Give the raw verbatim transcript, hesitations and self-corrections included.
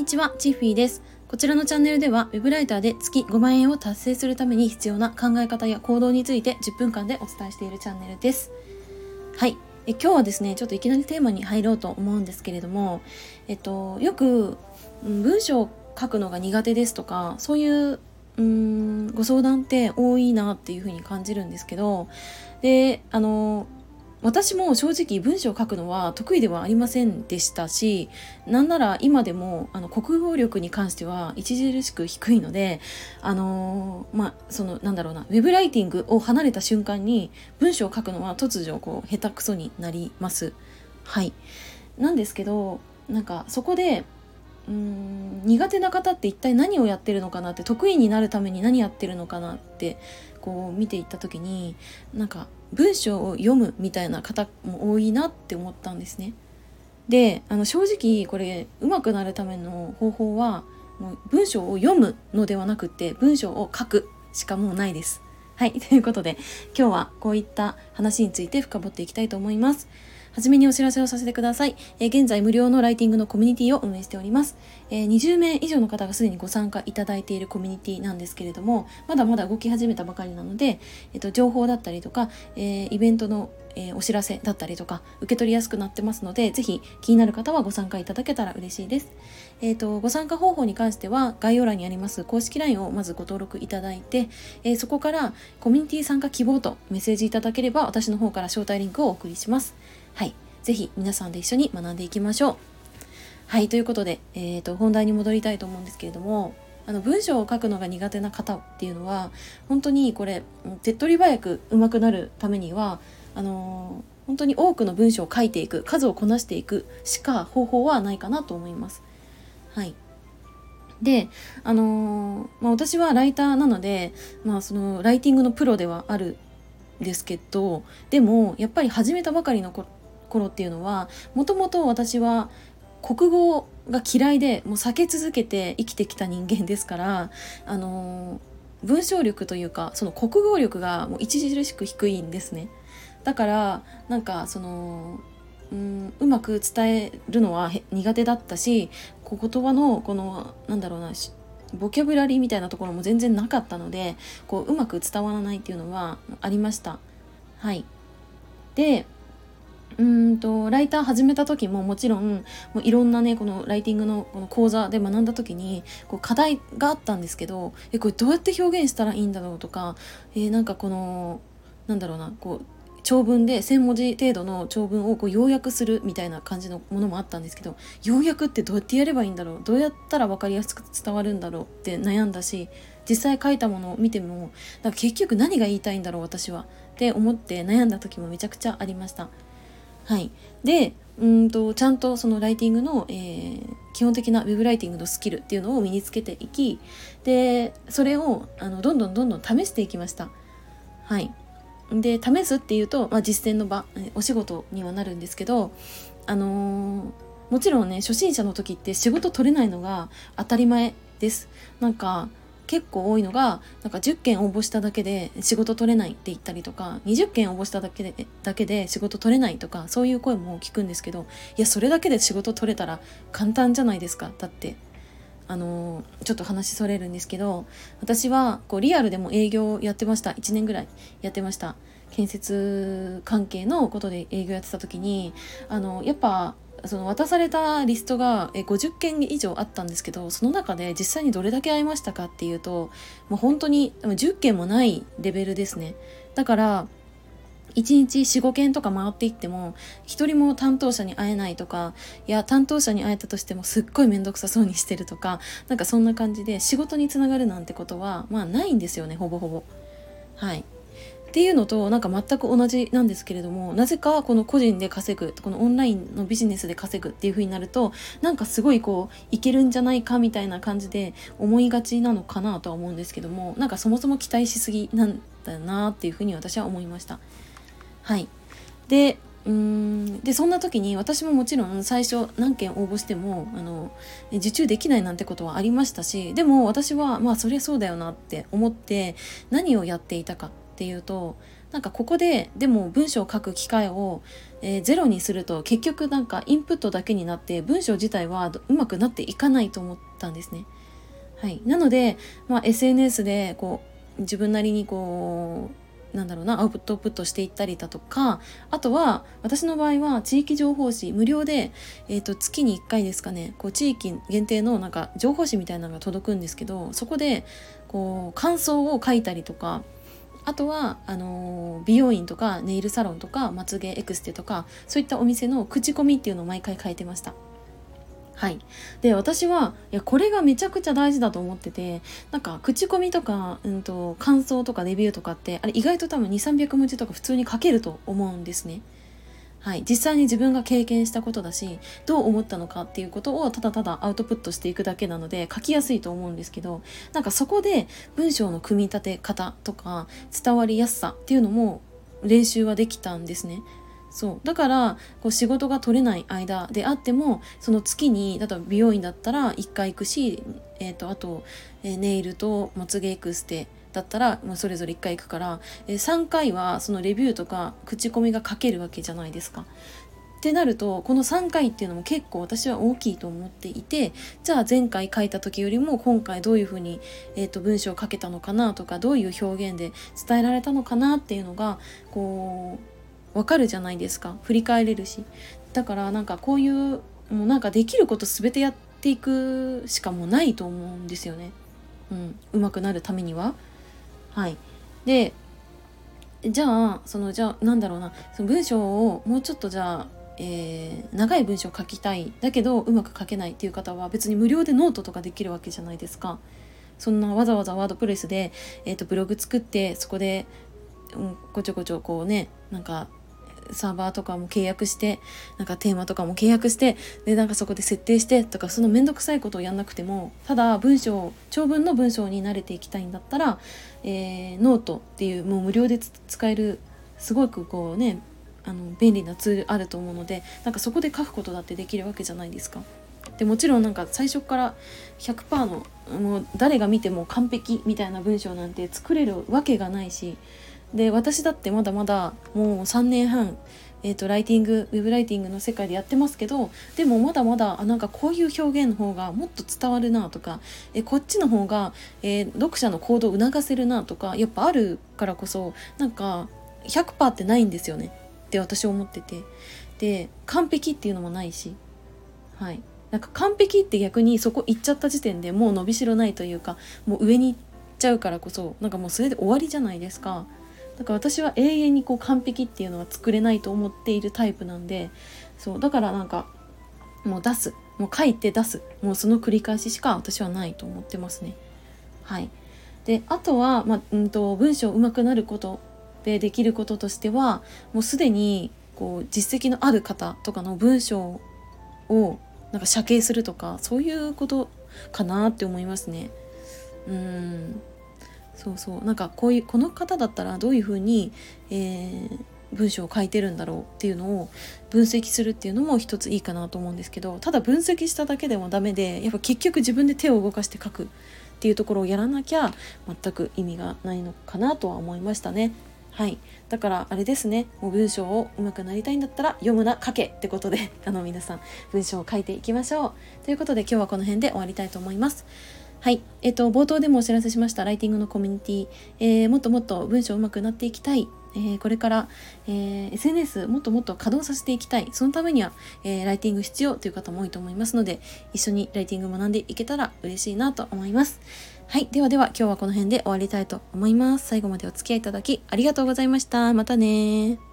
ちは、チッフィーです。こちらのチャンネルでは、ウェブライターで月ごまんえんを達成するために必要な考え方や行動についてじゅっぷんかんでお伝えしているチャンネルです。はい。え今日はですね、ちょっといきなりテーマに入ろうと思うんですけれども、えっと、よく文章を書くのが苦手ですとか、そういう、うーん、ご相談って多いなっていうふうに感じるんですけど、で、あの、私も正直文章を書くのは得意ではありませんでしたし、なんなら今でもあの国語力に関しては著しく低いので、あのー、まあそのなんだろうな、ウェブライティングを離れた瞬間に文章を書くのは突如こう下手くそになります。はい。なんですけど、なんかそこでうーん苦手な方って一体何をやってるのかなって、得意になるために何やってるのかなってこう見ていった時に、なんか文章を読むみたいな方も多いなって思ったんですね。で、あの正直これ上手くなるための方法はもう文章を読むのではなくって文章を書くしかもうないです。はい、ということで今日はこういった話について深掘っていきたいと思います。はじめにお知らせをさせてください。えー、現在無料のライティングのコミュニティを運営しております。えー、にじゅうめい以上の方がすでにご参加いただいているコミュニティなんですけれども、まだまだ動き始めたばかりなので、えっと、情報だったりとか、えー、イベントの、えー、お知らせだったりとか受け取りやすくなってますので、ぜひ気になる方はご参加いただけたら嬉しいです。えーと、ご参加方法に関しては概要欄にあります公式 ライン をまずご登録いただいて、えー、そこからコミュニティ参加希望とメッセージいただければ私の方から招待リンクをお送りします。はい。ぜひ皆さんで一緒に学んでいきましょう。はい、ということで、えーと、本題に戻りたいと思うんですけれども、あの文章を書くのが苦手な方っていうのは、本当にこれ手っ取り早く上手くなるためには、あのー、本当に多くの文章を書いていく、数をこなしていくしか方法はないかなと思います。はい。で、あのーまあ、私はライターなので、まあ、そのライティングのプロではあるんですけど、でもやっぱり始めたばかりの頃頃っていうのは、もともと私は国語が嫌いでもう避け続けて生きてきた人間ですから、あのー、文章力というかその国語力がもう著しく低いんですね。だからなんかそのうんうまく伝えるのは苦手だったし、こう言葉のこのなんだろうなボキャブラリーみたいなところも全然なかったので、こううまく伝わらないっていうのはありました。はい。でうーんとライター始めた時ももちろんもういろんなねこのライティングのこの講座で学んだ時にこう課題があったんですけど、えこれどうやって表現したらいいんだろうとか、えー、なんかこのなんだろうなこう長文でせんもじ程度の長文をこう要約するみたいな感じのものもあったんですけど、要約ってどうやってやればいいんだろう、どうやったら分かりやすく伝わるんだろうって悩んだし、実際書いたものを見てもなんか結局何が言いたいんだろう私はって思って悩んだ時もめちゃくちゃありました。はい。で、うんとちゃんとそのライティングの、えー、基本的なウェブライティングのスキルっていうのを身につけていき、でそれをあのどんどんどんどん試していきました。はい。で試すっていうと、まあ、実践の場、お仕事にはなるんですけど、あのー、もちろんね初心者の時って仕事取れないのが当たり前です。なんか結構多いのがなんかじゅっけん応募しただけで仕事取れないって言ったりとか、にじゅっけん応募しただけでだけで仕事取れないとか、そういう声も聞くんですけど、いやそれだけで仕事取れたら簡単じゃないですか。だってあのちょっと話それるんですけど、私はこうリアルでも営業やってました。いちねんぐらいやってました。建設関係のことで営業やってた時に、あのやっぱその渡されたリストがごじゅっけん以上あったんですけど、その中で実際にどれだけ会いましたかっていうと、もう本当にじゅっけんもないレベルですね。だからいちにち よん,ご 件とか回っていっても一人も担当者に会えないとか、いや担当者に会えたとしてもすっごい面倒くさそうにしてるとか、なんかそんな感じで仕事につながるなんてことはまあないんですよね、ほぼほぼ。はいっていうのとなんか全く同じなんですけれども、なぜかこの個人で稼ぐ、このオンラインのビジネスで稼ぐっていう風になると、なんかすごいこういけるんじゃないかみたいな感じで思いがちなのかなとは思うんですけども、なんかそもそも期待しすぎなんだなっていう風に私は思いました。はい。でうーんでそんな時に私ももちろん最初何件応募してもあの受注できないなんてことはありましたし、でも私はまあそりゃそうだよなって思って何をやっていたかっていうと、 なんかここででも文章を書く機会を、えーゼロにすると結局なんかインプットだけになって文章自体はうまくなっていかないと思ったんですね。はい、なので、まあ、エスエヌエス でこう自分なりにこうなんだろうなアウトプットしていったりだとか、あとは私の場合は地域情報誌無料で、えー、と月にいっかいですかね、こう地域限定のなんか情報誌みたいなのが届くんですけど、そこでこう感想を書いたりとか、あとはあのー美容院とかネイルサロンとかまつげエクステとかそういったお店の口コミっていうのを毎回書いてました。はい、で私はいやこれがめちゃくちゃ大事だと思ってて、なんか口コミとか、うん、と感想とかレビューとかってあれ意外と多分にせんさんびゃくもじとか普通に書けると思うんですね。はい、実際に自分が経験したことだし、どう思ったのかっていうことをただただアウトプットしていくだけなので書きやすいと思うんですけど、なんかそこで文章の組み立て方とか伝わりやすさっていうのも練習はできたんですね。そうだからこう仕事が取れない間であっても、その月に例えば美容院だったらいっかい行くし、えー、とあと、えーネイルとまつげエクステだったら、まあ、それぞれいっかい行くから、えーさんかいはそのレビューとか口コミが書けるわけじゃないですか。ってなるとこのさんかいっていうのも結構私は大きいと思っていて、じゃあ前回書いた時よりも今回どういうふうに、えー、と文章を書けたのかなとか、どういう表現で伝えられたのかなっていうのがこうわかるじゃないですか。振り返れるし。だからなんかこういうもうなんかできること全てやっていくしかもうないと思うんですよね。うん、上手くなるためには。はい。で、じゃあそのじゃあなんだろうな、その文章をもうちょっとじゃあ、えー長い文章を書きたいだけどうまく書けないっていう方は別に無料でノートとかできるわけじゃないですか。そんなわざわざワードプレスで、えー、とブログ作ってそこで、うん、ごちょごちょこうね、なんかサーバーとかも契約して、なんかテーマとかも契約して、でなんかそこで設定してとか、そのめんどくさいことをやんなくても、ただ文章長文の文章に慣れていきたいんだったら、えーノートっていうもう無料でつ使えるすごくこうね、あの便利なツールあると思うので、なんかそこで書くことだってできるわけじゃないですか。でもちろんなんか最初から ひゃくパーセント のもう誰が見ても完璧みたいな文章なんて作れるわけがないし、で私だってまだまだもうさんねんはん、えーとライティングウェブライティングの世界でやってますけど、でもまだまだあなんかこういう表現の方がもっと伝わるなとか、えこっちの方が、えー読者の行動を促せるなとかやっぱあるからこそ、なんか ひゃくパーセント ってないんですよねって私思ってて、で完璧っていうのもないし、はいなんか完璧って逆にそこ行っちゃった時点でもう伸びしろないというか、もう上に行っちゃうからこそ、なんかもうそれで終わりじゃないですか。だから私は永遠にこう完璧っていうのは作れないと思っているタイプなんで、そうだからなんかもう出す、もう書いて出す、もうその繰り返ししか私はないと思ってますね。はい。であとは、まあうんと、文章上手くなることでできることとしては、もうすでにこう実績のある方とかの文章をなんか写経するとか、そういうことかなって思いますね。うーんそうそうなんかこういうこの方だったらどういうふうに、えー文章を書いてるんだろうっていうのを分析するっていうのも一ついいかなと思うんですけど、ただ分析しただけでもダメで、やっぱ結局自分で手を動かして書くっていうところをやらなきゃ全く意味がないのかなとは思いましたね。はい、だからあれですね、もう文章を上手くなりたいんだったら読むな書けってことで、あの皆さん文章を書いていきましょうということで、今日はこの辺で終わりたいと思います。はい、えっと冒頭でもお知らせしましたライティングのコミュニティ、えーもっともっと文章上手くなっていきたい、えーこれから、えー エスエヌエス もっともっと稼働させていきたい、そのためには、えーライティング必要という方も多いと思いますので、一緒にライティング学んでいけたら嬉しいなと思います。はい、ではでは今日はこの辺で終わりたいと思います。最後までお付き合いいただきありがとうございました。またね。